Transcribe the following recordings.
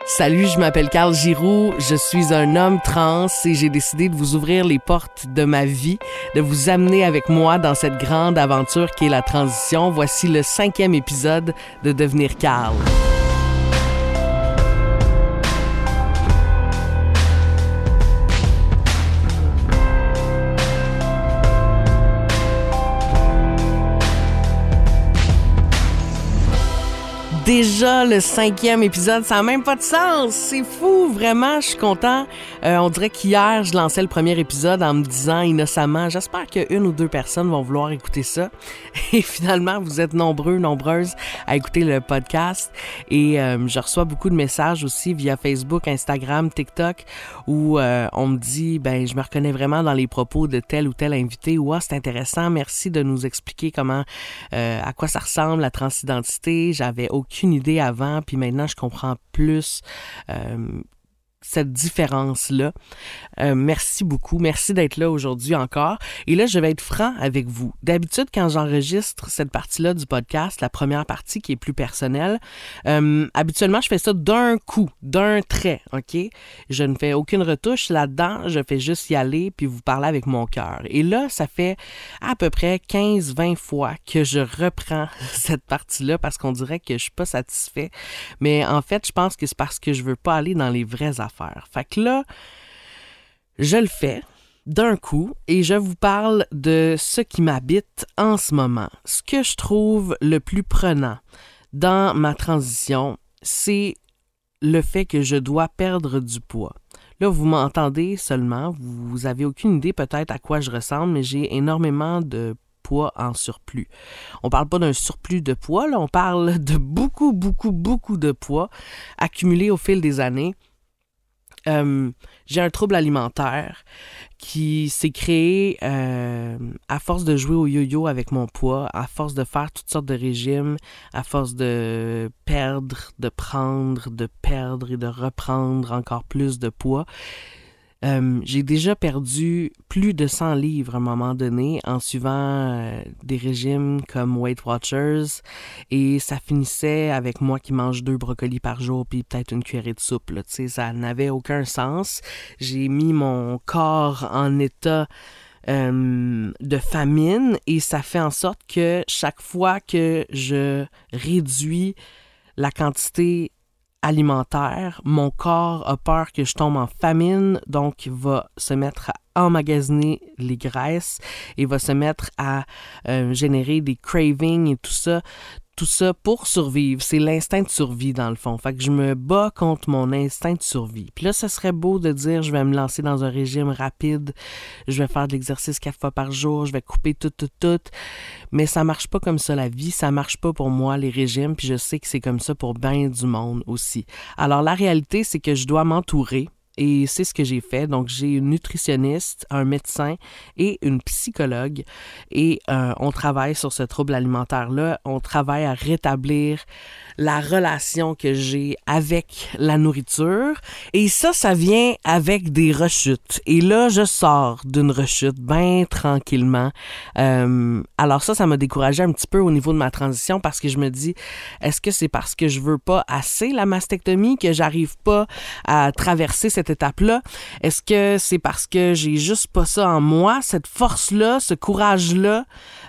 Salut, je m'appelle Carl Giroux, je suis un homme trans et j'ai décidé de vous ouvrir les portes de ma vie, de vous amener avec moi dans cette grande aventure qui est la transition. Voici le 5e épisode de Devenir Carl. Déjà le 5e épisode, ça n'a même pas de sens, c'est fou, vraiment, je suis content. On dirait qu'hier, je lançais le premier épisode en me disant innocemment, j'espère qu'une ou deux personnes vont vouloir écouter ça. Et finalement, vous êtes nombreuses à écouter le podcast. Et je reçois beaucoup de messages aussi via Facebook, Instagram, TikTok, où on me dit, je me reconnais vraiment dans les propos de tel ou tel invité, ou c'est intéressant, merci de nous expliquer comment, à quoi ça ressemble la transidentité. J'avais aucune idée avant, puis maintenant je comprends plus cette différence-là. Merci beaucoup. Merci d'être là aujourd'hui encore. Et là, je vais être franc avec vous. D'habitude, quand j'enregistre cette partie-là du podcast, la première partie qui est plus personnelle, habituellement, je fais ça d'un coup, d'un trait, OK? Je ne fais aucune retouche là-dedans. Je fais juste y aller puis vous parler avec mon cœur. Et là, ça fait à peu près 15-20 fois que je reprends cette partie-là parce qu'on dirait que je suis pas satisfait. Mais en fait, je pense que c'est parce que je veux pas aller dans les vraies affaires. Fait que là, je le fais d'un coup et je vous parle de ce qui m'habite en ce moment. Ce que je trouve le plus prenant dans ma transition, c'est le fait que je dois perdre du poids. Là, vous m'entendez seulement, vous avez aucune idée peut-être à quoi je ressemble, mais j'ai énormément de poids en surplus. On parle pas d'un surplus de poids, là, on parle de beaucoup de poids accumulé au fil des années. J'ai un trouble alimentaire qui s'est créé à force de jouer au yo-yo avec mon poids, à force de faire toutes sortes de régimes, à force de perdre, de prendre, de perdre et de reprendre encore plus de poids. J'ai déjà perdu plus de 100 livres à un moment donné en suivant des régimes comme Weight Watchers et ça finissait avec moi qui mange 2 brocolis par jour puis peut-être une cuillerée de soupe. Là, ça n'avait aucun sens. J'ai mis mon corps en état de famine et ça fait en sorte que chaque fois que je réduis la quantité alimentaire, mon corps a peur que je tombe en famine, donc va se mettre à emmagasiner les graisses et va se mettre à générer des cravings et tout ça pour survivre. C'est l'instinct de survie, dans le fond. Fait que je me bats contre mon instinct de survie. Puis là, ça serait beau de dire, je vais me lancer dans un régime rapide, je vais faire de l'exercice 4 fois par jour, je vais couper tout. Mais ça marche pas comme ça, la vie. Ça marche pas pour moi, les régimes, puis je sais que c'est comme ça pour bien du monde aussi. Alors, la réalité, c'est que je dois m'entourer. Et c'est ce que j'ai fait. Donc, j'ai une nutritionniste, un médecin et une psychologue. Et on travaille sur ce trouble alimentaire-là. On travaille à rétablir la relation que j'ai avec la nourriture. Et ça vient avec des rechutes. Et là, je sors d'une rechute bien tranquillement. Alors ça m'a découragée un petit peu au niveau de ma transition parce que je me dis, est-ce que c'est parce que je veux pas assez la mastectomie que j'arrive pas à traverser cette étape-là? Est-ce que c'est parce que j'ai juste pas ça en moi, cette force-là, ce courage-là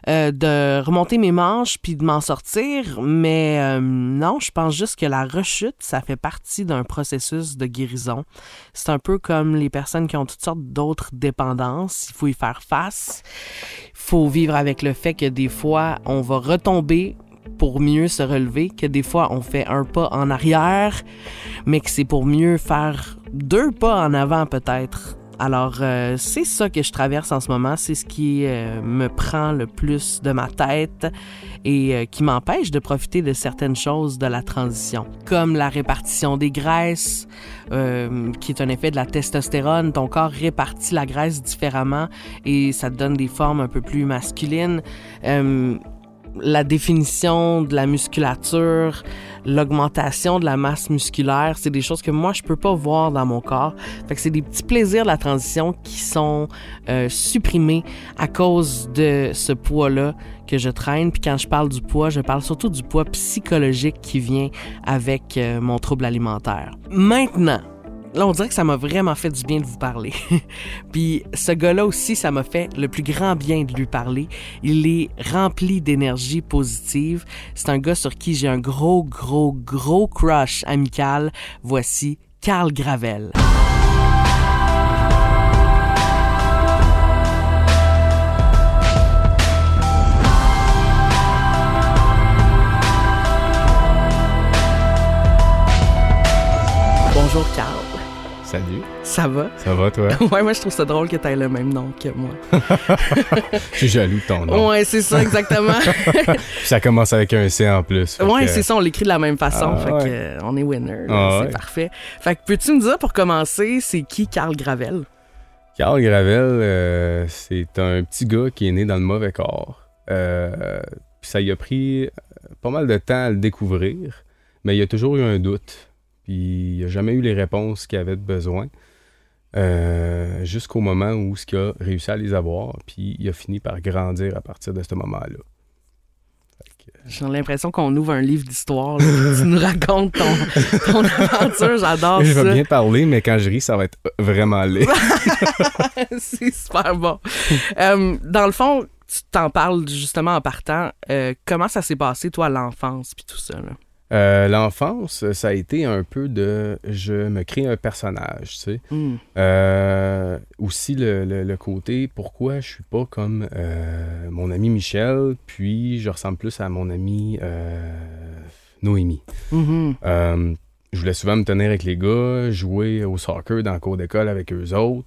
de remonter mes manches puis de m'en sortir? Mais non, je pense juste que la rechute, ça fait partie d'un processus de guérison. C'est un peu comme les personnes qui ont toutes sortes d'autres dépendances. Il faut y faire face. Il faut vivre avec le fait que des fois, on va retomber pour mieux se relever, que des fois, on fait un pas en arrière, mais que c'est pour mieux faire 2 pas en avant peut-être. Alors, c'est ça que je traverse en ce moment. C'est ce qui me prend le plus de ma tête et qui m'empêche de profiter de certaines choses de la transition, comme la répartition des graisses, qui est un effet de la testostérone. Ton corps répartit la graisse différemment et ça te donne des formes un peu plus masculines. La définition de la musculature, l'augmentation de la masse musculaire, c'est des choses que moi, je peux pas voir dans mon corps. Fait que c'est des petits plaisirs de la transition qui sont supprimés à cause de ce poids-là que je traîne. Puis quand je parle du poids, je parle surtout du poids psychologique qui vient avec mon trouble alimentaire. Maintenant, là, on dirait que ça m'a vraiment fait du bien de vous parler. Puis ce gars-là aussi, ça m'a fait le plus grand bien de lui parler. Il est rempli d'énergie positive. C'est un gars sur qui j'ai un gros crush amical. Voici Carl Gravel. Bonjour Carl. Salut. Ça va? Ça va, toi? Ouais, moi je trouve ça drôle que tu aies le même nom que moi. Je suis jaloux de ton nom. Ouais, c'est ça, exactement. Ça commence avec un C en plus. Ouais, c'est ça, on l'écrit de la même façon. Fait ouais. que, on est winner. C'est parfait. Fait que peux-tu me dire pour commencer, c'est qui Carl Gravel? Carl Gravel, c'est un petit gars qui est né dans le mauvais corps. Puis ça y a pris pas mal de temps à le découvrir, mais il a toujours eu un doute. Puis il n'a jamais eu les réponses qu'il avait besoin. Jusqu'au moment où il a réussi à les avoir, puis il a fini par grandir à partir de ce moment-là. J'ai l'impression qu'on ouvre un livre d'histoire. Là, tu nous racontes ton aventure, j'adore ça. Je vais bien parler, mais quand je ris, ça va être vraiment laid. C'est super bon. Dans le fond, tu t'en parles justement en partant. Comment ça s'est passé, toi, à l'enfance, puis tout ça, là? L'enfance, ça a été un peu de... Je me crée un personnage, tu sais. Aussi, le côté, pourquoi je suis pas comme mon ami Michel, puis je ressemble plus à mon ami Noémie. Je voulais souvent me tenir avec les gars, jouer au soccer dans le cours d'école avec eux autres.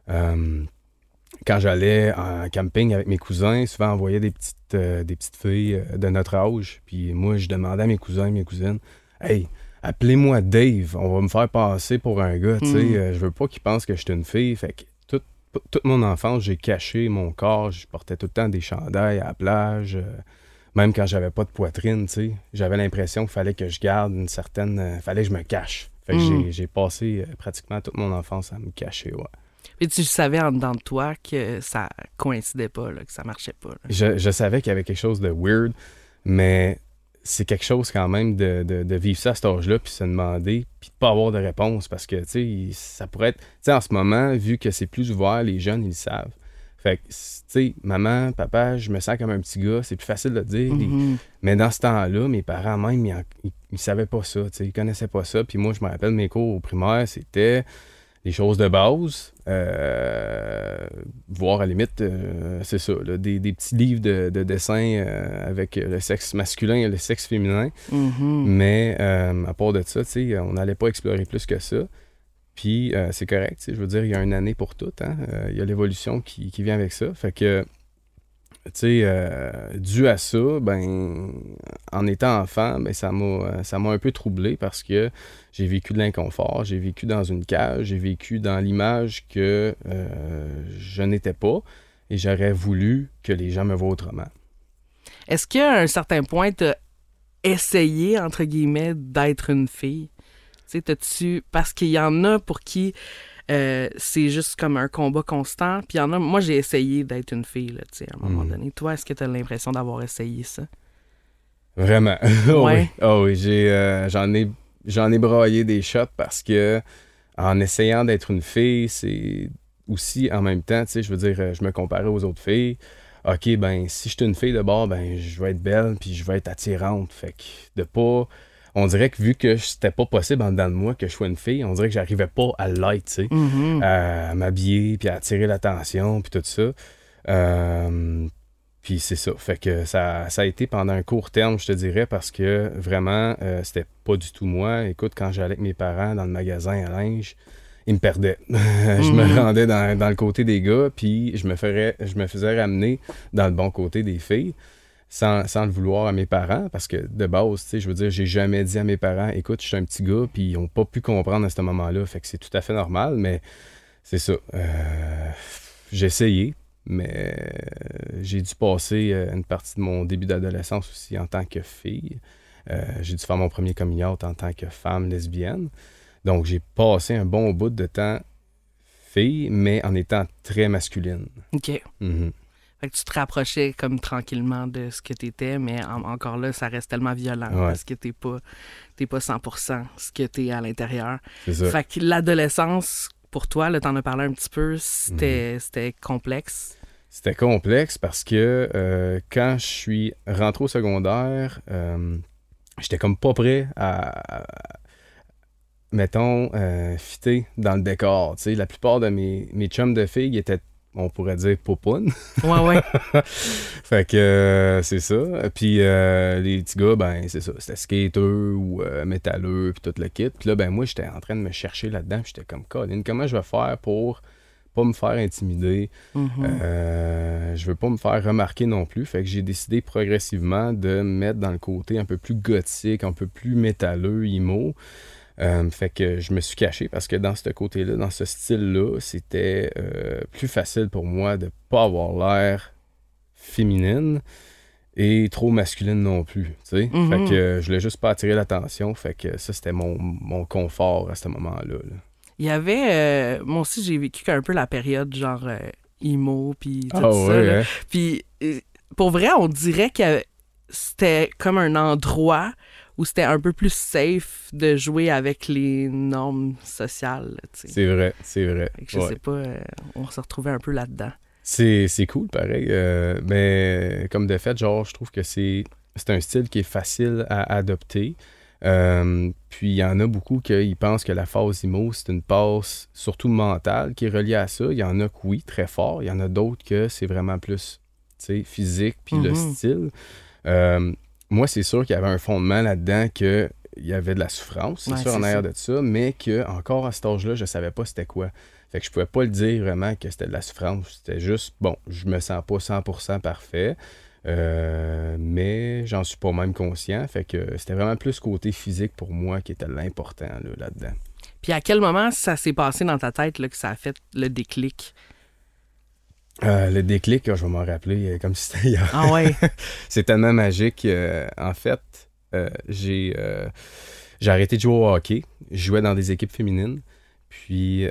Quand j'allais en camping avec mes cousins, souvent on voyait des petites filles de notre âge. Puis moi, je demandais à mes cousins et mes cousines, « Hey, appelez-moi Dave, on va me faire passer pour un gars, tu sais. Je veux pas qu'ils pensent que je suis une fille. » Fait que toute mon enfance, j'ai caché mon corps. Je portais tout le temps des chandails à la plage. Même quand j'avais pas de poitrine, tu sais. J'avais l'impression qu'il fallait que je garde une certaine... fallait que je me cache. Fait que j'ai passé pratiquement toute mon enfance à me cacher, ouais. Et tu savais en dedans de toi que ça coïncidait pas, là, que ça marchait pas. Je savais qu'il y avait quelque chose de weird, mais c'est quelque chose quand même de vivre ça à cet âge-là, puis se demander, puis de pas avoir de réponse, parce que, tu sais, ça pourrait être... Tu sais, en ce moment, vu que c'est plus ouvert, les jeunes, ils le savent. Fait que, tu sais, maman, papa, je me sens comme un petit gars, c'est plus facile de le dire. Mais dans ce temps-là, mes parents même, ils savaient pas ça, tu sais, ils connaissaient pas ça. Puis moi, je me rappelle, mes cours au primaire, c'était... les choses de base, voire à la limite, c'est ça, là, des petits livres de dessin avec le sexe masculin et le sexe féminin. Mais à part de ça, tu sais, on n'allait pas explorer plus que ça. Puis c'est correct, tu sais, je veux dire, il y a une année pour tout, hein. Il y a l'évolution qui vient avec ça. Fait que, tu sais, dû à ça, ben, en étant enfant, ben, ça m'a un peu troublé parce que j'ai vécu de l'inconfort, j'ai vécu dans une cage, j'ai vécu dans l'image que je n'étais pas et j'aurais voulu que les gens me voient autrement. Est-ce qu'à un certain point, tu as essayé, entre guillemets, d'être une fille? Tu sais, t'as-tu... Parce qu'il y en a pour qui... c'est juste comme un combat constant. Puis il y en a... Moi, j'ai essayé d'être une fille, là, tu sais, à un moment donné. Toi, est-ce que tu as l'impression d'avoir essayé ça? Vraiment. Ouais. Oui, j'en ai braillé des shots parce que en essayant d'être une fille, c'est aussi en même temps, tu sais, je veux dire, je me comparais aux autres filles. OK, ben, si je suis une fille de bord, ben, je vais être belle puis je vais être attirante. Fait que de pas... On dirait que vu que c'était pas possible en dedans de moi que je sois une fille, on dirait que j'arrivais pas à l'être, tu sais, à m'habiller, puis à attirer l'attention, puis tout ça. Puis c'est ça. Fait que ça a été pendant un court terme, je te dirais, parce que vraiment, c'était pas du tout moi. Écoute, quand j'allais avec mes parents dans le magasin à linge, ils me perdaient. Je me rendais dans le côté des gars, puis je me faisais ramener dans le bon côté des filles. Sans le vouloir à mes parents, parce que de base, tu sais, je veux dire, j'ai jamais dit à mes parents, écoute, je suis un petit gars, puis ils n'ont pas pu comprendre à ce moment-là, fait que c'est tout à fait normal, mais c'est ça. J'ai essayé, mais j'ai dû passer une partie de mon début d'adolescence aussi en tant que fille. J'ai dû faire mon premier coming out en tant que femme lesbienne. Donc, j'ai passé un bon bout de temps fille, mais en étant très masculine. OK. Mm-hmm. Fait que tu te rapprochais comme tranquillement de ce que t'étais, mais encore là, ça reste tellement violent parce que t'es pas 100% ce que t'es à l'intérieur. C'est ça. Fait que l'adolescence, pour toi, là, t'en as parlé un petit peu, c'était complexe. C'était complexe parce que quand je suis rentré au secondaire, j'étais comme pas prêt à mettons, fitter dans le décor. Tu sais, la plupart de mes chums de filles étaient, on pourrait dire, popounes. Ouais. Fait que c'est ça. Puis les petits gars, ben c'est ça. C'était skater ou métalleux, puis tout le kit. Puis là, ben moi, j'étais en train de me chercher là-dedans. Puis j'étais comme, Colin, comment je vais faire pour pas me faire intimider? Je veux pas me faire remarquer non plus. Fait que j'ai décidé progressivement de me mettre dans le côté un peu plus gothique, un peu plus métalleux, emo. Fait que je me suis caché parce que dans ce côté-là, dans ce style-là, c'était plus facile pour moi de pas avoir l'air féminine et trop masculine non plus, tu sais. Fait que je voulais juste pas attirer l'attention, fait que ça, c'était mon confort à ce moment-là, là. Il y avait... moi aussi, j'ai vécu un peu la période genre emo, puis tout ça. Ouais, là. hein? Puis pour vrai, on dirait que c'était comme un endroit où c'était un peu plus safe de jouer avec les normes sociales. Tu sais. C'est vrai. Fait que je sais pas, on se retrouvait un peu là-dedans. C'est cool, pareil. Mais comme de fait, genre, je trouve que c'est un style qui est facile à adopter. Puis il y en a beaucoup qui pensent que la phase emo, c'est une passe surtout mentale qui est reliée à ça. Il y en a que oui, très fort. Il y en a d'autres que c'est vraiment plus, tu sais, physique, puis le style. Moi, c'est sûr qu'il y avait un fondement là-dedans qu'il y avait de la souffrance, c'est sûr, en arrière de ça, mais que encore à cet âge-là, je savais pas c'était quoi. Fait que je pouvais pas le dire vraiment que c'était de la souffrance. C'était juste, bon, je me sens pas 100% parfait, mais j'en suis pas même conscient. Fait que c'était vraiment plus côté physique pour moi qui était l'important là-dedans. Puis à quel moment ça s'est passé dans ta tête là, que ça a fait le déclic? Le déclic, je vais m'en rappeler comme si c'était hier. Ah ouais? C'est tellement magique. En fait, j'ai arrêté de jouer au hockey. Je jouais dans des équipes féminines. Puis,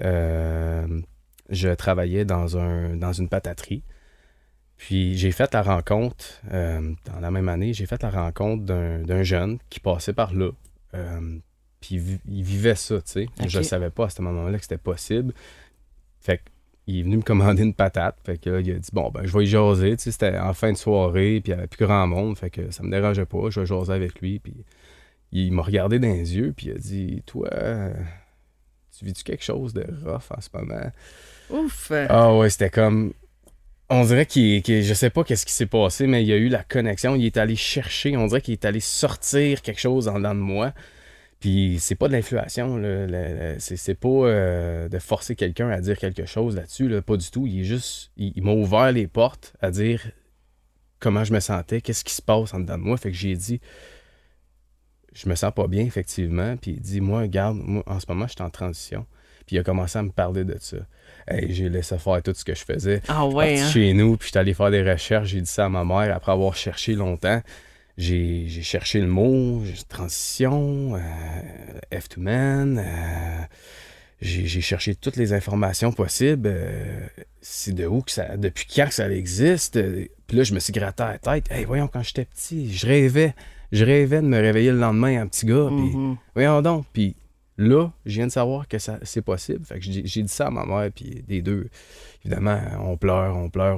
je travaillais dans une pataterie. Puis, j'ai fait la rencontre, dans la même année, j'ai fait la rencontre d'un jeune qui passait par là. Puis, il vivait ça, tu sais. Okay. Je ne savais pas à ce moment-là que c'était possible. Fait que, il est venu me commander une patate. Fait que là, il a dit, bon, ben, je vais y jaser. Tu sais, c'était en fin de soirée, puis il n'y avait plus grand monde. Fait que ça me dérangeait pas. Je vais jaser avec lui. Puis il m'a regardé dans les yeux, puis il a dit, toi, tu vis-tu quelque chose de rough en ce moment? Ouf! Ah ouais, c'était comme... On dirait je sais pas qu'est-ce qui s'est passé, mais il y a eu la connexion. Il est allé chercher, on dirait qu'il est allé sortir quelque chose en dedans de moi. Puis c'est pas de l'influation, là. C'est pas de forcer quelqu'un à dire quelque chose là-dessus, là. Pas du tout. Il est juste... Il m'a ouvert les portes à dire comment je me sentais, qu'est-ce qui se passe en dedans de moi. Fait que j'ai dit... Je me sens pas bien, effectivement. Puis il dit, moi, regarde, moi, en ce moment, je suis en transition. Puis il a commencé à me parler de ça. Hey, j'ai laissé faire tout ce que je faisais. Ah ouais, hein? Chez nous, puis je suis allé faire des recherches. J'ai dit ça à ma mère après avoir cherché longtemps. J'ai cherché le mot, transition, F2Man. J'ai cherché toutes les informations possibles. C'est de où que ça... Depuis quand que ça existe. Puis là, je me suis gratté à la tête. Hey, voyons, quand j'étais petit, je rêvais de me réveiller le lendemain un petit gars. Puis, voyons donc. Puis là, je viens de savoir que c'est possible. Fait que j'ai dit ça à ma mère. Puis des deux, évidemment, on pleure.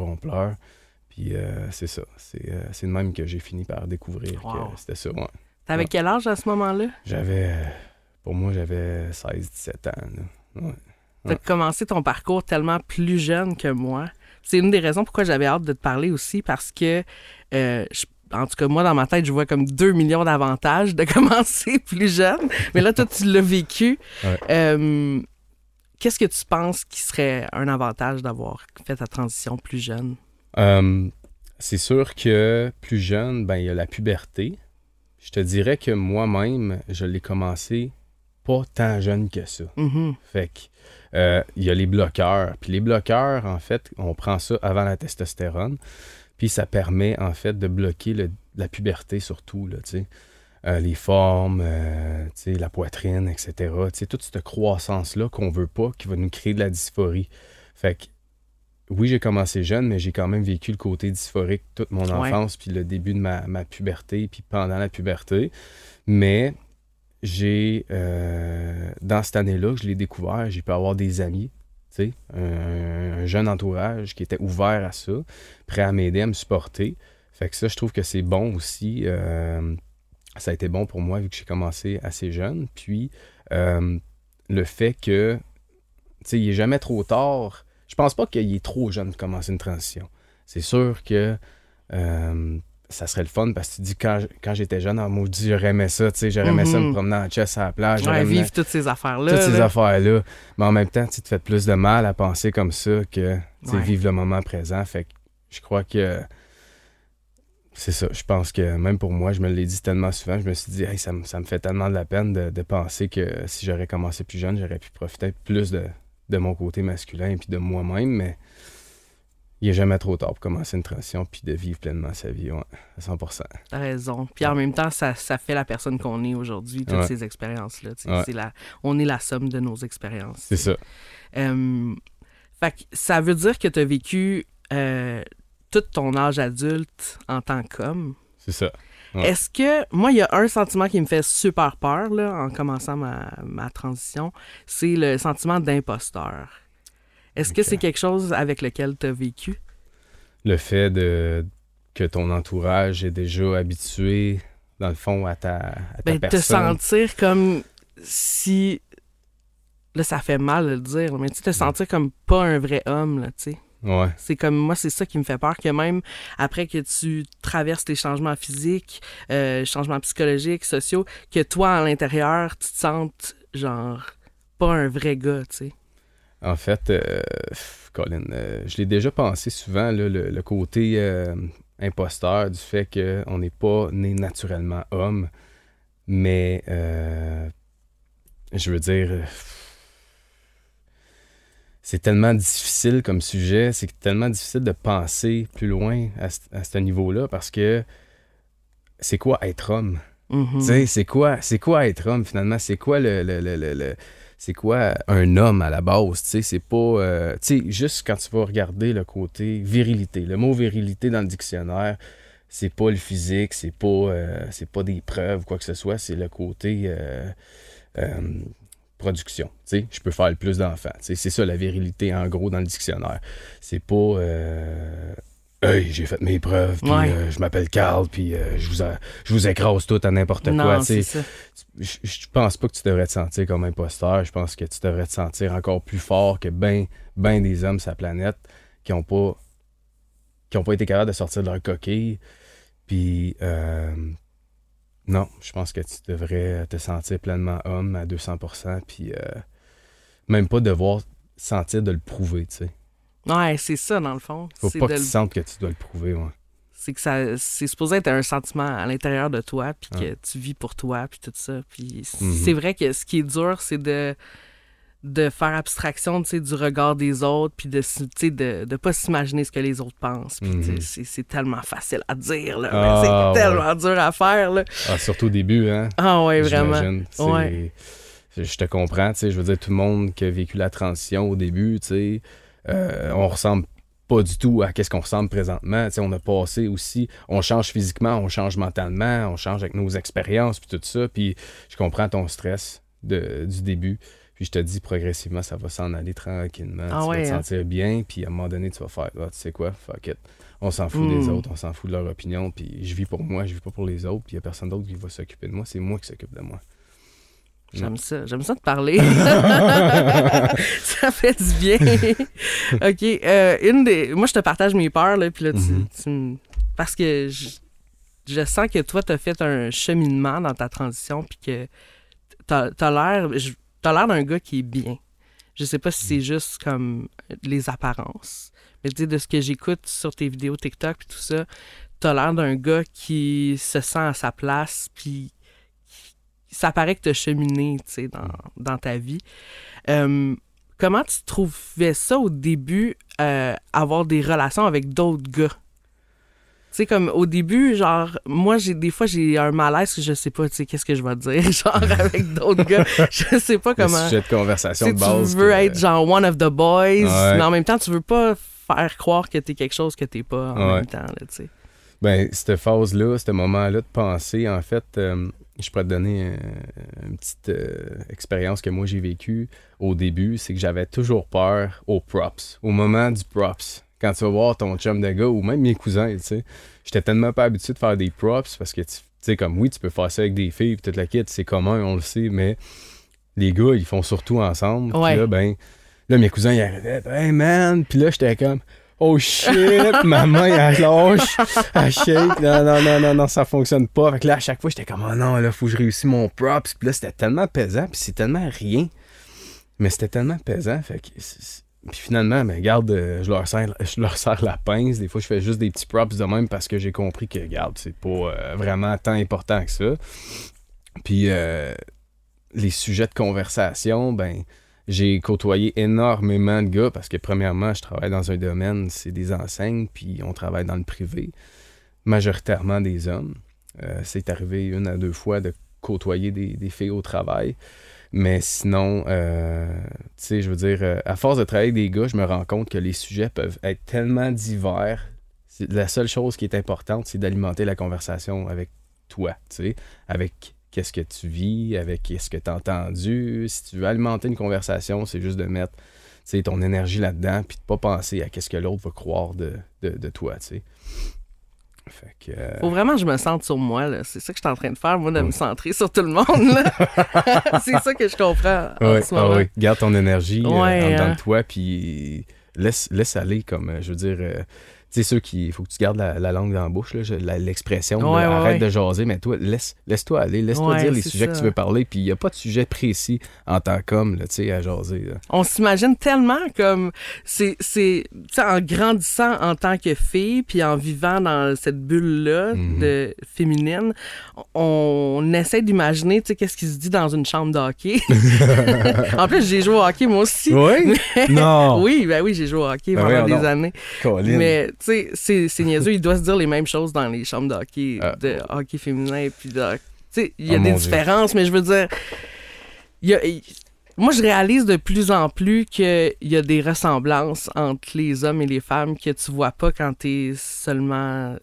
Puis c'est ça. C'est de même que j'ai fini par découvrir que c'était ça. Ouais. T'avais quel âge à ce moment-là? Pour moi, j'avais 16-17 ans. Là. Ouais. T'as commencé ton parcours tellement plus jeune que moi. C'est une des raisons pourquoi j'avais hâte de te parler aussi, parce que en tout cas, moi, dans ma tête, je vois comme 2 millions d'avantages de commencer plus jeune. Mais là, toi, tu l'as vécu. Ouais. Qu'est-ce que tu penses qui serait un avantage d'avoir fait ta transition plus jeune? C'est sûr que plus jeune, ben il y a la puberté. Je te dirais que moi-même, je l'ai commencé pas tant jeune que ça. Fait que il y a les bloqueurs. Puis les bloqueurs, en fait, on prend ça avant la testostérone. Puis ça permet, en fait, de bloquer la puberté surtout, là, tu sais. Les formes, tu sais, la poitrine, etc. Tu sais, toute cette croissance-là qu'on veut pas, qui va nous créer de la dysphorie. Fait que oui, j'ai commencé jeune, mais j'ai quand même vécu le côté dysphorique toute mon enfance, puis le début de ma puberté, puis pendant la puberté. Mais j'ai, dans cette année-là que je l'ai découvert, j'ai pu avoir des amis, tu sais, un jeune entourage qui était ouvert à ça, prêt à m'aider, à me supporter. Fait que ça, je trouve que c'est bon aussi. Ça a été bon pour moi vu que j'ai commencé assez jeune. Puis, le fait que, tu sais, il n'est jamais trop tard. Je pense pas qu'il est trop jeune pour commencer une transition. C'est sûr que ça serait le fun parce que tu dis quand j'étais jeune, en maudit, j'aurais aimé ça, tu sais, j'aurais aimé ça me promener en chess à la plage. Vivre toutes ces affaires-là. Toutes ces affaires-là. Mais en même temps, tu te fais plus de mal à penser comme ça que vivre le moment présent. Fait que je crois que c'est ça. Je pense que même pour moi, je me l'ai dit tellement souvent, je me suis dit, hey, ça me fait tellement de la peine de penser que si j'aurais commencé plus jeune, j'aurais pu profiter plus de mon côté masculin et puis de moi-même, mais il n'est jamais trop tard pour commencer une transition puis de vivre pleinement sa vie, à 100%. T'as raison. Puis en même temps, ça fait la personne qu'on est aujourd'hui, toutes ces expériences-là. On est la somme de nos expériences. C'est ça. Fait que ça veut dire que tu as vécu tout ton âge adulte en tant qu'homme. C'est ça. Ouais. Est-ce que... Moi, il y a un sentiment qui me fait super peur là, en commençant ma transition, c'est le sentiment d'imposteur. Est-ce que c'est quelque chose avec lequel tu as vécu? Le fait que ton entourage est déjà habitué, dans le fond, à ta personne. Te sentir comme si... Là, ça fait mal de le dire, mais tu te sentir comme pas un vrai homme, là, tu sais. Ouais. C'est comme moi, c'est ça qui me fait peur, que même après que tu traverses les changements physiques, changements psychologiques, sociaux, que toi, à l'intérieur, tu te sentes genre pas un vrai gars, tu sais. En fait, Colin, je l'ai déjà pensé souvent, là, le côté imposteur du fait qu'on n'est pas né naturellement homme, mais je veux dire... c'est tellement difficile comme sujet, c'est tellement difficile de penser plus loin à ce niveau-là parce que c'est quoi être homme? Tu sais, c'est quoi être homme finalement? C'est quoi c'est quoi un homme à la base? Tu sais, c'est pas... tu sais, juste quand tu vas regarder le côté virilité, le mot virilité dans le dictionnaire, c'est pas le physique, c'est pas des preuves, quoi que ce soit, c'est le côté... production, tu sais, je peux faire le plus d'enfants, tu sais, c'est ça la virilité en gros dans le dictionnaire. C'est pas hey, j'ai fait mes preuves, puis je m'appelle Carl, puis je vous écrase tout à n'importe quoi, tu sais. Je pense pas que tu devrais te sentir comme imposteur, je pense que tu devrais te sentir encore plus fort que ben des hommes sur la planète qui ont pas été capables de sortir de leur coquille, puis non, je pense que tu devrais te sentir pleinement homme à 200%, puis même pas devoir sentir de le prouver, tu sais. Ouais, c'est ça, dans le fond. Faut pas que tu sentes que tu dois le prouver, ouais. C'est que c'est supposé être un sentiment à l'intérieur de toi, puis que tu vis pour toi, puis tout ça. Puis c'est vrai que ce qui est dur, c'est de faire abstraction, tu sais, du regard des autres, puis de pas s'imaginer ce que les autres pensent. Puis c'est tellement facile à dire, là, mais c'est tellement dur à faire, là. Ah, surtout au début, hein? Ah ouais, vraiment. Ouais. Je te comprends, tu sais, je veux dire, tout le monde qui a vécu la transition au début, tu sais, on ressemble pas du tout à qu'est-ce qu'on ressemble présentement. Tu sais, on a passé aussi, on change physiquement, on change mentalement, on change avec nos expériences, puis tout ça, puis je comprends ton stress du début. Puis je te dis, progressivement, ça va s'en aller tranquillement. Tu vas te sentir bien, puis à un moment donné, tu vas faire, tu sais quoi, fuck it. On s'en fout des autres, on s'en fout de leur opinion, puis je vis pour moi, je vis pas pour les autres, puis il y a personne d'autre qui va s'occuper de moi, c'est moi qui s'occupe de moi. J'aime ça te parler. Ça fait du bien. OK, moi, je te partage mes peurs, là, puis là, parce que je sens que toi, t'as fait un cheminement dans ta transition, puis que t'as l'air d'un gars qui est bien. Je sais pas si c'est juste comme les apparences, mais tu sais, de ce que j'écoute sur tes vidéos TikTok puis tout ça, t'as l'air d'un gars qui se sent à sa place, puis ça paraît que t'as cheminé, tu sais, dans ta vie. Comment tu trouvais ça au début, avoir des relations avec d'autres gars? Tu sais, comme au début, genre, moi, des fois, j'ai un malaise que je sais pas, tu sais, qu'est-ce que je vais dire, genre, avec d'autres gars. Je sais pas comment. Le sujet de conversation de base. Tu veux être, genre, one of the boys, mais en même temps, tu veux pas faire croire que t'es quelque chose que t'es pas en même temps, là, tu sais. Ben, cette phase-là, ce moment-là de penser, en fait, je pourrais te donner une petite expérience que moi j'ai vécue au début, c'est que j'avais toujours peur aux props, au moment du props. Quand tu vas voir ton chum de gars ou même mes cousins, tu sais, j'étais tellement pas habitué de faire des props parce que, tu sais, comme oui, tu peux faire ça avec des filles, puis toute la kit, c'est commun, on le sait, mais les gars, ils font surtout ensemble. Ouais. Puis là, mes cousins, ils arrivaient, hey man, puis là, j'étais comme, oh shit, ma main, elle lâche, elle shake, non, ça fonctionne pas. Fait que là, à chaque fois, j'étais comme, oh non, là, faut que je réussisse mon props. Puis là, c'était tellement pesant, puis c'est tellement rien. Mais c'était tellement pesant, fait que... Puis finalement, mais regarde, je leur serre la pince. Des fois, je fais juste des petits props de même parce que j'ai compris que, regarde, c'est pas vraiment tant important que ça. Puis les sujets de conversation, ben, j'ai côtoyé énormément de gars parce que, premièrement, je travaille dans un domaine, c'est des enseignes, puis on travaille dans le privé, majoritairement des hommes. C'est arrivé 1 à 2 fois de côtoyer des filles au travail. Mais sinon, tu sais, je veux dire, à force de travailler avec des gars, je me rends compte que les sujets peuvent être tellement divers. La seule chose qui est importante, c'est d'alimenter la conversation avec toi, tu sais, avec qu'est-ce que tu vis, avec qu'est-ce que tu as entendu. Si tu veux alimenter une conversation, c'est juste de mettre, tu sais, ton énergie là-dedans, puis de pas penser à qu'est-ce que l'autre va croire de toi, tu sais. Fait que, faut vraiment que je me centre sur moi, là. C'est ça que je suis en train de faire, moi, de me centrer sur tout le monde, là. C'est ça que je comprends en ce moment. Oui. Garde ton énergie en dedans de toi, puis laisse aller, comme, je veux dire... tu sais, ceux qui... Il faut que tu gardes la langue dans la bouche, là, l'expression, arrête de jaser, mais toi, laisse-toi aller, laisse-toi dire les sujets que tu veux parler, puis il n'y a pas de sujet précis en tant qu'homme, là, tu sais, à jaser. Là. On s'imagine tellement comme... c'est en grandissant en tant que fille, puis en vivant dans cette bulle-là de féminine, on essaie d'imaginer, tu sais, qu'est-ce qui se dit dans une chambre de hockey. En plus, j'ai joué au hockey, moi aussi. Oui? Non! Oui, j'ai joué au hockey pendant des années. Colin. Mais... tu sais, c'est niaiseux, il doit se dire les mêmes choses dans les chambres de hockey féminin. Puis tu sais, il y a des différences, mais je veux dire, moi, je réalise de plus en plus qu'il y a des ressemblances entre les hommes et les femmes que tu vois pas quand t'as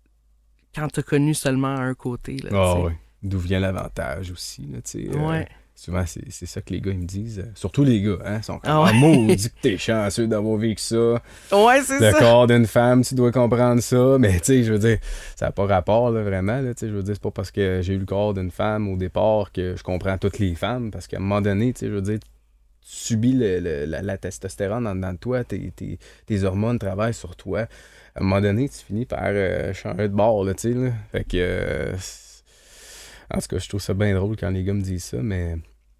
connu seulement un côté. Oui. D'où vient l'avantage aussi, là, tu sais. Ouais. Souvent, c'est ça que les gars ils me disent. Surtout les gars, hein, sont comme maudit que t'es chanceux d'avoir vécu ça. Ouais, c'est ça. Le corps d'une femme, tu dois comprendre ça. Mais tu sais, je veux dire, ça n'a pas rapport, là, vraiment. Là, je veux dire, c'est pas parce que j'ai eu le corps d'une femme au départ que je comprends toutes les femmes. Parce qu'à un moment donné, tu sais, je veux dire, tu subis la testostérone dans toi, tes hormones travaillent sur toi. À un moment donné, tu finis par changer de bord, là, tu sais. Là. Fait que... en tout cas, je trouve ça bien drôle quand les gars me disent ça, mais...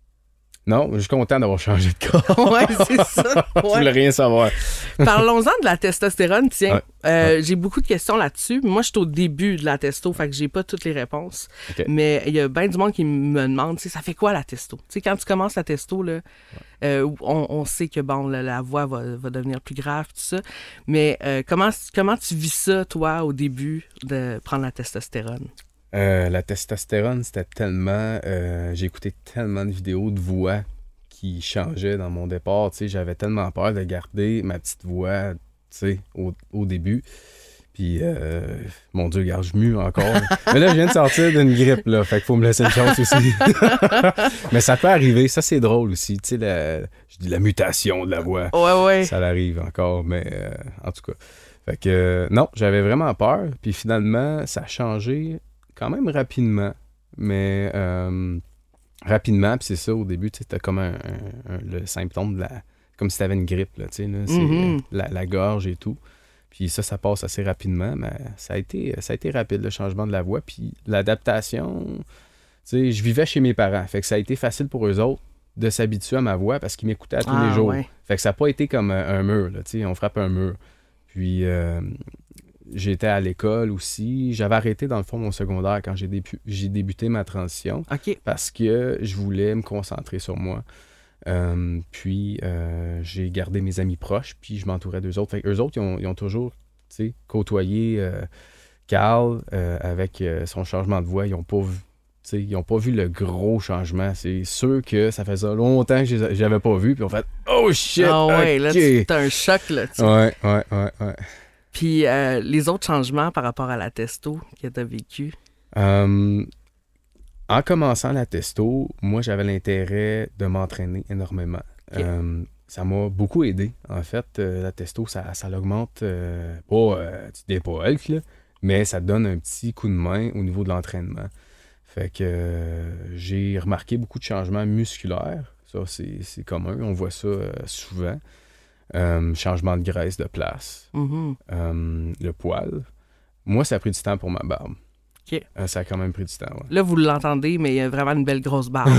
Non, je suis content d'avoir changé de corps. Ouais, c'est ça. Ouais. Je voulais rien savoir. Parlons-en de la testostérone, tiens. J'ai beaucoup de questions là-dessus. Moi, je suis au début de la testo, fait que j'ai pas toutes les réponses. Okay. Mais il y a bien du monde qui me demande, ça fait quoi la testo? Tu sais, quand tu commences la testo, là, on sait que, bon, la voix va devenir plus grave, tout ça. Mais comment tu vis ça, toi, au début de prendre la testostérone? La testostérone, c'était tellement... j'ai écouté tellement de vidéos de voix qui changeaient dans mon départ. Tu sais, j'avais tellement peur de garder ma petite voix, tu sais, au début. Puis, mon Dieu, regarde, je mue encore. Mais là, je viens de sortir d'une grippe, là. Fait qu'il faut me laisser une chance aussi. Mais ça peut arriver. Ça, c'est drôle aussi. Tu sais, je dis la mutation de la voix. Ouais. Ça l'arrive encore, mais en tout cas. Fait que, non, j'avais vraiment peur. Puis finalement, ça a changé... quand même rapidement, mais rapidement, puis c'est ça, au début, tu sais, t'as comme le symptôme de comme si t'avais une grippe, là, tu sais, là, c'est la gorge et tout. Puis ça passe assez rapidement, mais ça a été rapide, le changement de la voix, puis l'adaptation, tu sais, je vivais chez mes parents, fait que ça a été facile pour eux autres de s'habituer à ma voix parce qu'ils m'écoutaient à tous les jours. Ouais. Fait que ça n'a pas été comme un mur, là, tu sais, on frappe un mur. Puis... j'étais à l'école aussi. J'avais arrêté, dans le fond, mon secondaire quand j'ai débuté ma transition. Okay. Parce que je voulais me concentrer sur moi. Puis, j'ai gardé mes amis proches, puis je m'entourais d'eux autres. Fait qu'eux autres, ils ont toujours côtoyé Carl avec son changement de voix. Ils n'ont pas sais, ils n'ont pas vu le gros changement. C'est sûr que ça faisait longtemps que je les avais pas vus, puis on fait « Oh shit! Ah ouais, okay. là, t'as un choc, là. T'sais. Ouais. Puis les autres changements par rapport à la testo que t'as vécu? En commençant la testo, moi, j'avais l'intérêt de m'entraîner énormément. Okay. Ça m'a beaucoup aidé. En fait, la testo, ça l'augmente tu n'es pas Hulk, là, mais ça te donne un petit coup de main au niveau de l'entraînement. Fait que j'ai remarqué beaucoup de changements musculaires. Ça, c'est commun. On voit ça souvent. Changement de graisse de place. Le poil. Moi, ça a pris du temps pour ma barbe. Okay. Ça a quand même pris du temps, ouais. Là, vous l'entendez, mais il y a vraiment une belle grosse barbe.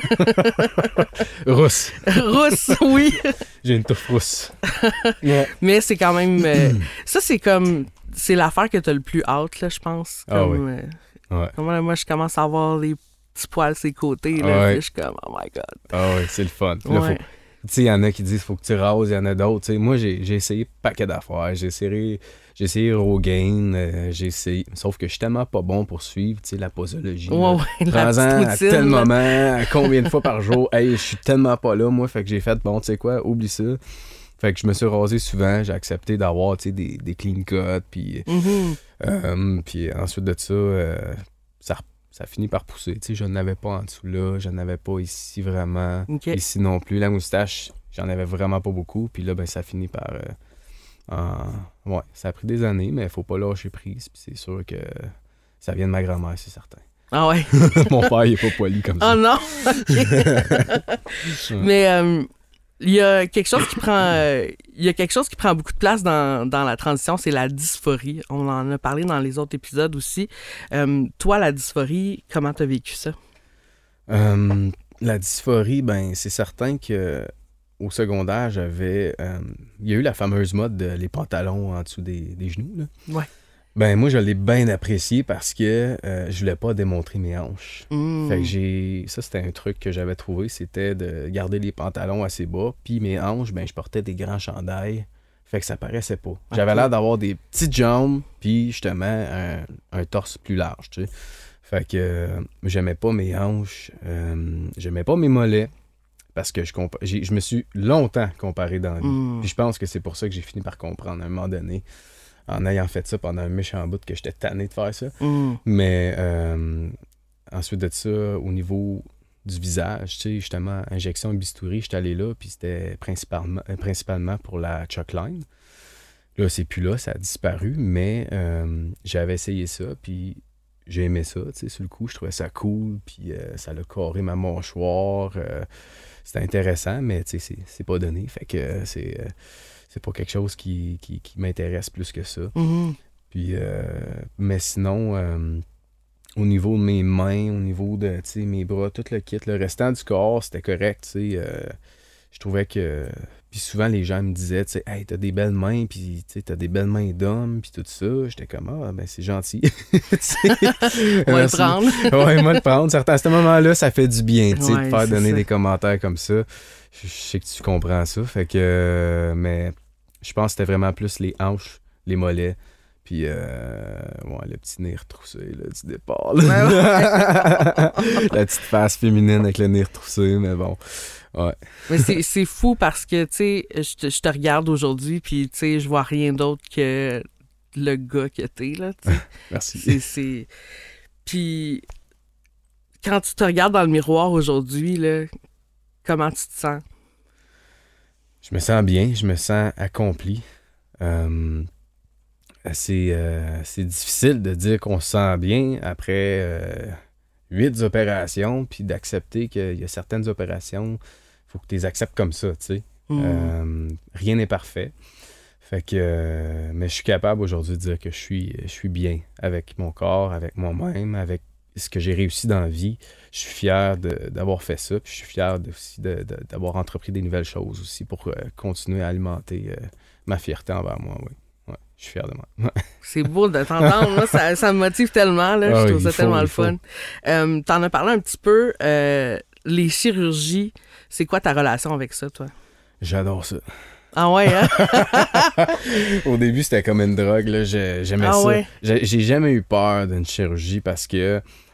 Rousse. Rousse, oui. J'ai une touffe rousse. Ouais. Mais c'est quand même... ça, c'est comme... C'est l'affaire que t'as le plus hâte, là, je pense. Comme, ouais. Comme moi, je commence à avoir les petits poils sur les côtés, là, puis je suis comme, oh my God. Ah oui, c'est le fun. Là, tu sais, il y en a qui disent qu'il faut que tu rases, il y en a d'autres. T'sais, moi, j'ai essayé paquet d'affaires. J'ai essayé Rogaine, j'ai essayé... Sauf que je suis tellement pas bon pour suivre la posologie. Ouais, la à petite tel routine, moment, à combien de fois par jour. Hey, je suis tellement pas là, moi. Fait que j'ai fait, bon, tu sais quoi, oublie ça. Fait que je me suis rasé souvent. J'ai accepté d'avoir des clean cuts. Puis puis ensuite de ça ça finit par pousser. Tu sais, je n'avais pas en dessous là, je n'avais pas ici vraiment. Okay. Ici non plus. La moustache, j'en avais vraiment pas beaucoup. Puis là, ben, ça finit par... ouais, ça a pris des années, mais il faut pas lâcher prise. Puis c'est sûr que ça vient de ma grand-mère, c'est certain. Ah ouais? Mon père, il est pas poli comme ça. Oh non! Okay. Mais il y a quelque chose qui prend beaucoup de place dans la transition, c'est la dysphorie. On en a parlé dans les autres épisodes aussi. Toi, la dysphorie, comment t'as vécu ça? La dysphorie, ben c'est certain que au secondaire, il y a eu la fameuse mode les pantalons en dessous des genoux, là. Ouais. Ben moi, je l'ai bien apprécié parce que je voulais pas démontrer mes hanches. Fait que ça, c'était un truc que j'avais trouvé, c'était de garder les pantalons assez bas, puis mes hanches, ben je portais des grands chandails, fait que ça paraissait pas. Okay. J'avais l'air d'avoir des petites jambes, puis justement un torse plus large, tu sais. Fait que j'aimais pas mes hanches, j'aimais pas mes mollets, parce que je me suis longtemps comparé dans la vie. Puis je pense que c'est pour ça que j'ai fini par comprendre à un moment donné, en ayant fait ça pendant un méchant bout, que j'étais tanné de faire ça. Mais ensuite de ça, au niveau du visage, tu sais, justement, injection et bistouri, j'étais allé là, puis c'était principalement pour la Chuckline. Là, c'est plus là, ça a disparu, mais j'avais essayé ça, puis j'ai aimé ça, tu sais, sur le coup, je trouvais ça cool, puis ça a carré ma mâchoire. C'était intéressant, mais tu sais, c'est pas donné, fait que c'est pas quelque chose qui m'intéresse plus que ça. Puis, mais sinon, au niveau de mes mains, au niveau de mes bras, tout le kit, le restant du corps, c'était correct. Je trouvais que... Puis souvent, les gens me disaient, « Hey, t'as des belles mains, puis t'as des belles mains d'homme, puis tout ça. » J'étais comme, « Ah, ben c'est gentil. » Moi le prendre. Ouais, moi le prendre. Certes, à ce moment-là, ça fait du bien, de faire donner des commentaires comme ça. Je sais que tu comprends ça. Fait que... mais je pense que c'était vraiment plus les hanches, les mollets, puis le petit nez retroussé là, du départ. Là. La petite face féminine avec le nez retroussé, mais bon... Ouais. Mais c'est fou parce que, tu sais, je te regarde aujourd'hui, puis, tu sais, je vois rien d'autre que le gars que t'es, là, tu sais. Merci. Puis, quand tu te regardes dans le miroir aujourd'hui, là, comment tu te sens? Je me sens bien, je me sens accompli. C'est difficile de dire qu'on se sent bien après 8 opérations, puis d'accepter qu'il y a certaines opérations, il faut que tu les acceptes comme ça, tu sais. Rien n'est parfait. Fait que, mais je suis capable aujourd'hui de dire que je suis bien avec mon corps, avec moi-même, avec ce que j'ai réussi dans la vie. Je suis fier d'avoir fait ça, puis je suis fier aussi d'avoir entrepris des nouvelles choses aussi pour continuer à alimenter ma fierté envers moi, oui. Ouais, je suis fier de moi. C'est beau de t'entendre, moi, ça me motive tellement, là, je trouve ça tellement le fun. T'en as parlé un petit peu, les chirurgies, c'est quoi ta relation avec ça, toi? J'adore ça. Ah ouais, hein? Au début, c'était comme une drogue, là. J'aimais ça. Ouais. J'ai jamais eu peur d'une chirurgie parce que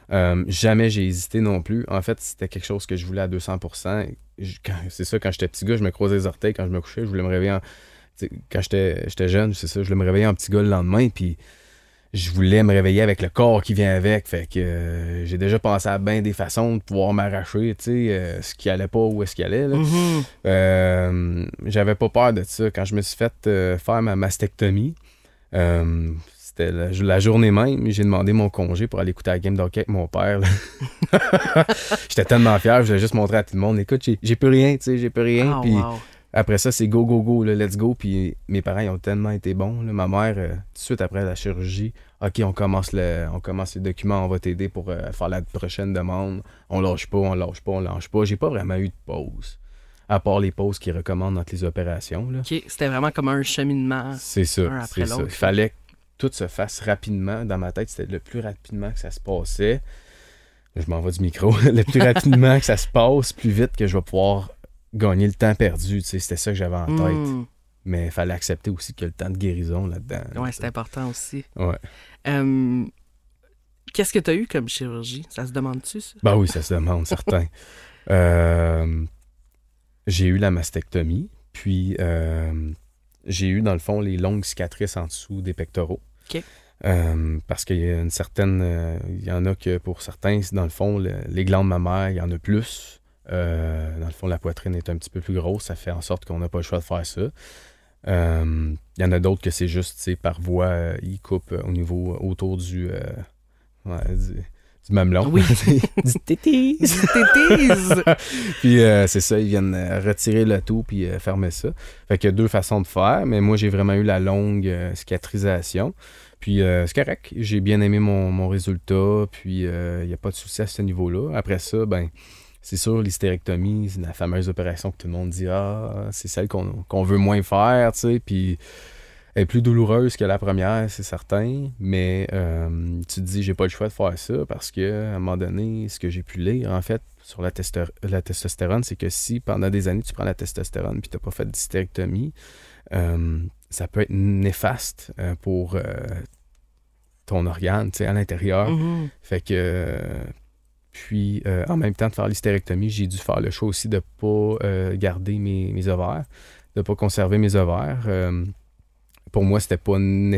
Jamais j'ai hésité non plus. En fait, c'était quelque chose que je voulais à 200%. C'est ça, quand j'étais petit gars, je me croisais les orteils. Quand je me couchais, je voulais me réveiller quand j'étais jeune, c'est ça, je voulais me réveiller en petit gars le lendemain, puis je voulais me réveiller avec le corps qui vient avec. Fait que j'ai déjà pensé à bien des façons de pouvoir m'arracher, ce qui allait pas ou est-ce qu'il allait. Là. J'avais pas peur de ça. Quand je me suis fait faire ma mastectomie, c'était la journée même, j'ai demandé mon congé pour aller écouter la game d'hockey avec mon père. J'étais tellement fier, je voulais juste montrer à tout le monde, écoute, j'ai plus rien, j'ai plus rien. Puis après ça, c'est go, go, go, là, let's go. Puis mes parents, ils ont tellement été bons. Là. Ma mère, tout de suite après la chirurgie, OK, on commence les documents, on va t'aider pour faire la prochaine demande. On lâche pas. J'ai pas vraiment eu de pause. À part les pauses qu'ils recommandent entre les opérations. Là. OK, c'était vraiment comme un cheminement. C'est ça, un après l'autre. Il fallait que tout se fasse rapidement. Dans ma tête, c'était le plus rapidement que ça se passait. Je m'en vais du micro. Le plus rapidement que ça se passe, plus vite que je vais pouvoir gagner le temps perdu. C'était ça que j'avais en tête. Mais il fallait accepter aussi qu'il y a le temps de guérison là-dedans. Oui, c'est important aussi. Ouais. Qu'est-ce que tu as eu comme chirurgie? Ça se demande-tu, ça? Ben oui, ça se demande, certain. J'ai eu la mastectomie, puis j'ai eu, dans le fond, les longues cicatrices en dessous des pectoraux. OK. Parce qu'il y a une certaine... il y en a que, pour certains, dans le fond, les glandes mammaires, il y en a plus. Dans le fond, la poitrine est un petit peu plus grosse. Ça fait en sorte qu'on n'a pas le choix de faire ça. Il y en a d'autres que c'est juste, par voie, ils coupent au niveau, autour du mamelon. Oui. Du tétis. Puis c'est ça, ils viennent retirer le tout puis fermer ça. Fait qu'il y a deux façons de faire, mais moi, j'ai vraiment eu la longue cicatrisation. Puis c'est correct, j'ai bien aimé mon résultat, puis il n'y a pas de souci à ce niveau-là. Après ça, ben c'est sûr, l'hystérectomie, c'est la fameuse opération que tout le monde dit « Ah, c'est celle qu'on veut moins faire, tu sais, puis elle est plus douloureuse que la première, c'est certain, mais tu te dis « J'ai pas le choix de faire ça parce que à un moment donné, ce que j'ai pu lire, en fait, sur la testostérone, c'est que si pendant des années, tu prends la testostérone puis tu n'as pas fait d'hystérectomie, ça peut être néfaste pour ton organe, tu sais, à l'intérieur. Fait que... Puis, en même temps de faire l'hystérectomie, j'ai dû faire le choix aussi de ne pas garder mes ovaires, de ne pas conserver mes ovaires. Pour moi, c'était pas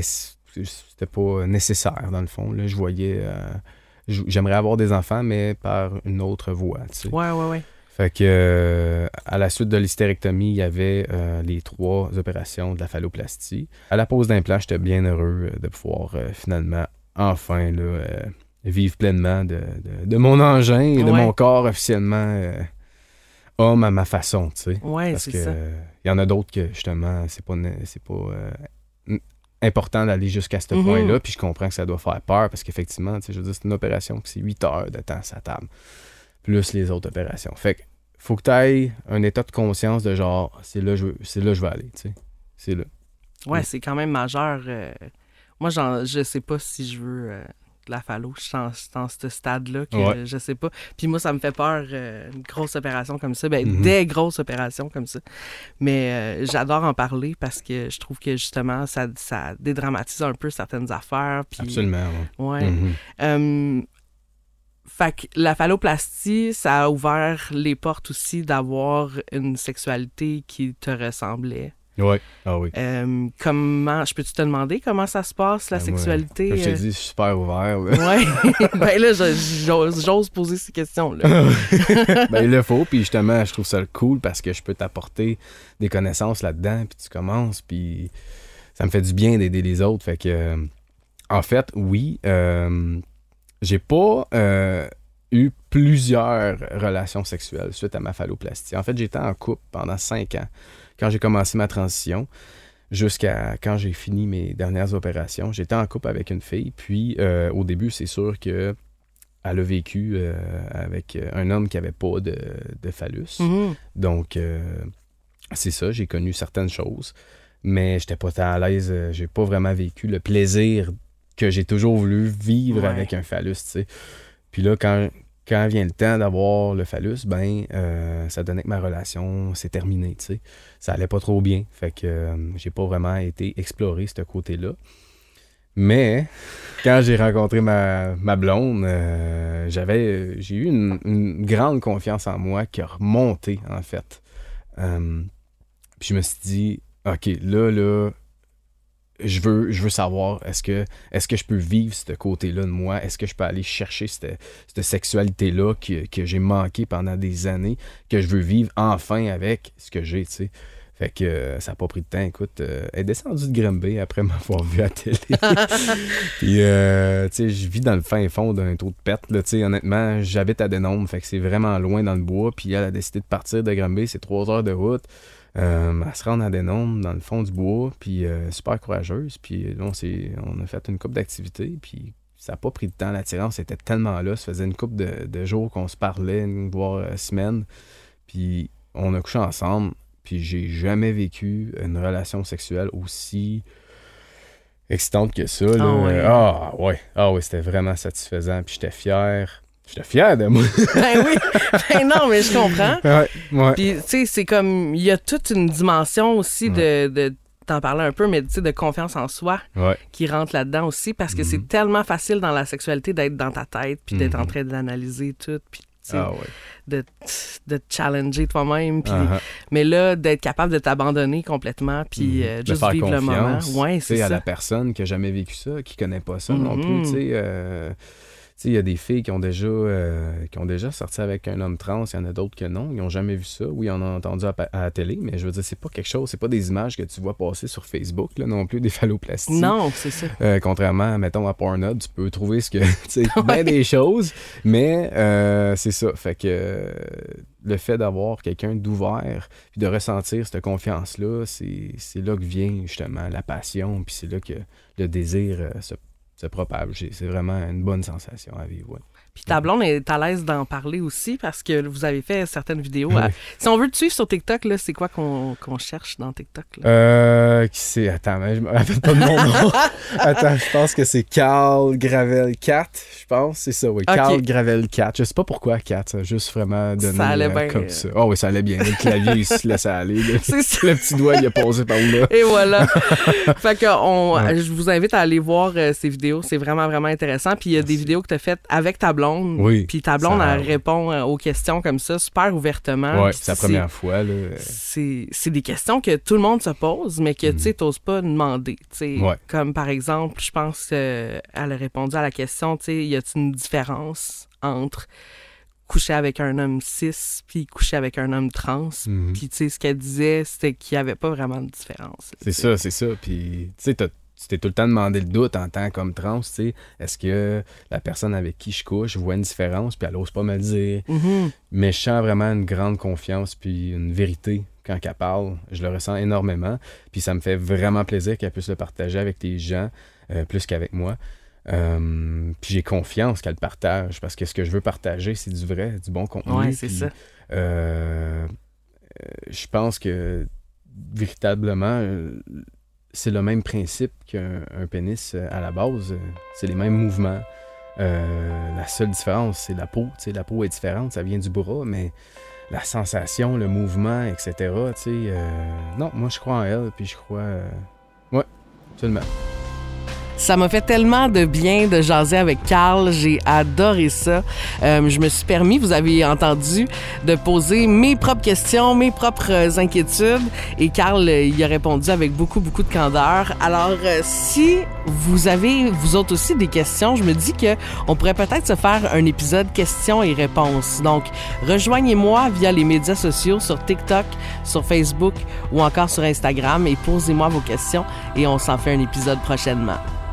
nécessaire, dans le fond. Là, je voyais... j'aimerais avoir des enfants, mais par une autre voie, tu sais. Ouais. Fait que, à la suite de l'hystérectomie, il y avait les 3 opérations de la phalloplastie. À la pose d'implant, j'étais bien heureux de pouvoir finalement, enfin, là... vivre pleinement de mon engin et de mon corps officiellement homme à ma façon, tu sais. Ouais, parce c'est que ça. Il y en a d'autres que, justement, c'est pas important d'aller jusqu'à ce point-là, puis je comprends que ça doit faire peur, parce qu'effectivement, tu sais, je veux dire, c'est une opération que c'est 8 heures de temps à table, plus les autres opérations. Fait que faut que tu ailles un état de conscience de genre, c'est là que je vais aller, tu sais. C'est là. Ouais, c'est quand même majeur. Moi, je sais pas si je veux... de la phallo, je suis dans ce stade-là que je sais pas. Puis moi, ça me fait peur, une grosse opération comme ça, des grosses opérations comme ça. Mais j'adore en parler parce que je trouve que justement, ça dédramatise un peu certaines affaires. Puis, absolument, ouais. Fait que la phalloplastie, ça a ouvert les portes aussi d'avoir une sexualité qui te ressemblait. Oui, ah oui. Je peux-tu te demander comment ça se passe, la sexualité? Comme je te dis, je suis super ouvert. Oui. Ben là, j'ose poser ces questions-là. Ben, il le faut, puis justement, je trouve ça cool parce que je peux t'apporter des connaissances là-dedans, puis tu commences, puis ça me fait du bien d'aider les autres. Fait que, en fait, oui, j'ai pas eu plusieurs relations sexuelles suite à ma phalloplastie. En fait, j'étais en couple pendant 5 ans. Quand j'ai commencé ma transition, jusqu'à quand j'ai fini mes dernières opérations, j'étais en couple avec une fille. Puis, au début, c'est sûr qu'elle a vécu avec un homme qui n'avait pas de phallus. Donc, c'est ça, j'ai connu certaines choses. Mais j'étais pas tant à l'aise. J'ai pas vraiment vécu le plaisir que j'ai toujours voulu vivre avec un phallus, tu sais. Puis là, quand vient le temps d'avoir le phallus, ça donnait que ma relation s'est terminée, tu sais. Ça allait pas trop bien. Fait que j'ai pas vraiment été explorer ce côté-là. Mais quand j'ai rencontré ma blonde, j'ai eu une grande confiance en moi qui a remonté, en fait. Puis je me suis dit, OK, là, je veux savoir, est-ce que je peux vivre ce côté-là de moi? Est-ce que je peux aller chercher cette sexualité-là que j'ai manqué pendant des années, que je veux vivre enfin avec ce que j'ai, tu sais? Fait que ça n'a pas pris de temps. Écoute, elle est descendue de Granby après m'avoir vu à la télé. Puis, tu sais, je vis dans le fin fond d'un trou de pète. Là, tu sais, honnêtement, j'habite à Denôme, fait que c'est vraiment loin dans le bois. Puis elle a décidé de partir de Granby, c'est 3 heures de route. Elle se rend à Denôme, dans le fond du bois, puis super courageuse. Puis là, on a fait une couple d'activités, puis ça n'a pas pris de temps. L'attirance était tellement là. Ça faisait une couple de jours qu'on se parlait, voire semaines. Puis on a couché ensemble. Puis j'ai jamais vécu une relation sexuelle aussi excitante que ça. Là. Ah ouais, c'était vraiment satisfaisant. Puis j'étais fier. J'étais fier de moi. Ben oui. Ben non, mais je comprends. Ouais. Puis, tu sais, c'est comme... Il y a toute une dimension aussi de t'en parler un peu, mais tu sais, de confiance en soi qui rentre là-dedans aussi, parce que c'est tellement facile dans la sexualité d'être dans ta tête, puis d'être en train d'analyser tout, puis de te challenger toi-même. Puis, mais là, d'être capable de t'abandonner complètement, puis juste faire vivre le moment. Ouais, c'est ça. À la personne qui n'a jamais vécu ça, qui ne connaît pas ça non plus, tu sais... il y a des filles qui ont déjà sorti avec un homme trans, il y en a d'autres que non, ils n'ont jamais vu ça, ou ils en ont entendu à la télé, mais je veux dire, c'est pas quelque chose, c'est pas des images que tu vois passer sur Facebook, là, non plus, des phalloplasties. Non, c'est ça. Contrairement, mettons, à Pornhub, tu peux trouver ce que, tu sais, bien des choses, mais c'est ça, fait que le fait d'avoir quelqu'un d'ouvert, puis de ressentir cette confiance-là, c'est là que vient, justement, la passion, puis c'est là que le désir se propage. C'est vraiment une bonne sensation à vivre. Ouais. Puis ta blonde est à l'aise d'en parler aussi parce que vous avez fait certaines vidéos. Si on veut te suivre sur TikTok, là, c'est quoi qu'on cherche dans TikTok? Qui c'est? Attends, je me rappelle pas de mon nom. Attends, je pense que c'est Carl Gravel 4, je pense. C'est ça, oui. Okay. Carl Gravel 4. Je sais pas pourquoi 4, ça a juste vraiment donné ça allait bien, comme ça. Oh oui, ça allait bien. Le clavier, il se laisse aller. C'est ça. Le petit doigt, il a posé par là. Et voilà. Fait que je vous invite à aller voir ces vidéos. C'est vraiment, vraiment intéressant. Puis il y a des vidéos que tu as faites avec ta blonde. Oui, puis ta blonde, elle répond aux questions comme ça, super ouvertement. Oui, c'est la première fois. Là. C'est des questions que tout le monde se pose, mais que tu n'oses pas demander. Comme par exemple, je pense qu'elle a répondu à la question, y a-t-il une différence entre coucher avec un homme cis puis coucher avec un homme trans? Puis ce qu'elle disait, c'était qu'il n'y avait pas vraiment de différence. C'est ça. Puis tu t'es tout le temps demandé le doute en tant qu'homme trans, tu sais, est-ce que la personne avec qui je couche voit une différence, puis elle n'ose pas me le dire. Mais je sens vraiment une grande confiance, puis une vérité quand elle parle. Je le ressens énormément, puis ça me fait vraiment plaisir qu'elle puisse le partager avec les gens, plus qu'avec moi. Puis j'ai confiance qu'elle partage, parce que ce que je veux partager, c'est du vrai, du bon contenu. Oui, c'est ça. Je pense que, véritablement... c'est le même principe qu'un pénis à la base. C'est les mêmes mouvements. La seule différence, c'est la peau. La peau est différente, ça vient du bras, mais la sensation, le mouvement, etc. Non, moi, je crois en elle, puis je crois... Ouais, absolument. Ça m'a fait tellement de bien de jaser avec Carl. J'ai adoré ça. Je me suis permis, vous avez entendu, de poser mes propres questions, mes propres inquiétudes. Et Carl, il a répondu avec beaucoup, beaucoup de candeur. Alors, si vous avez, vous autres aussi, des questions, je me dis qu'on pourrait peut-être se faire un épisode questions et réponses. Donc, rejoignez-moi via les médias sociaux, sur TikTok, sur Facebook ou encore sur Instagram et posez-moi vos questions et on s'en fait un épisode prochainement.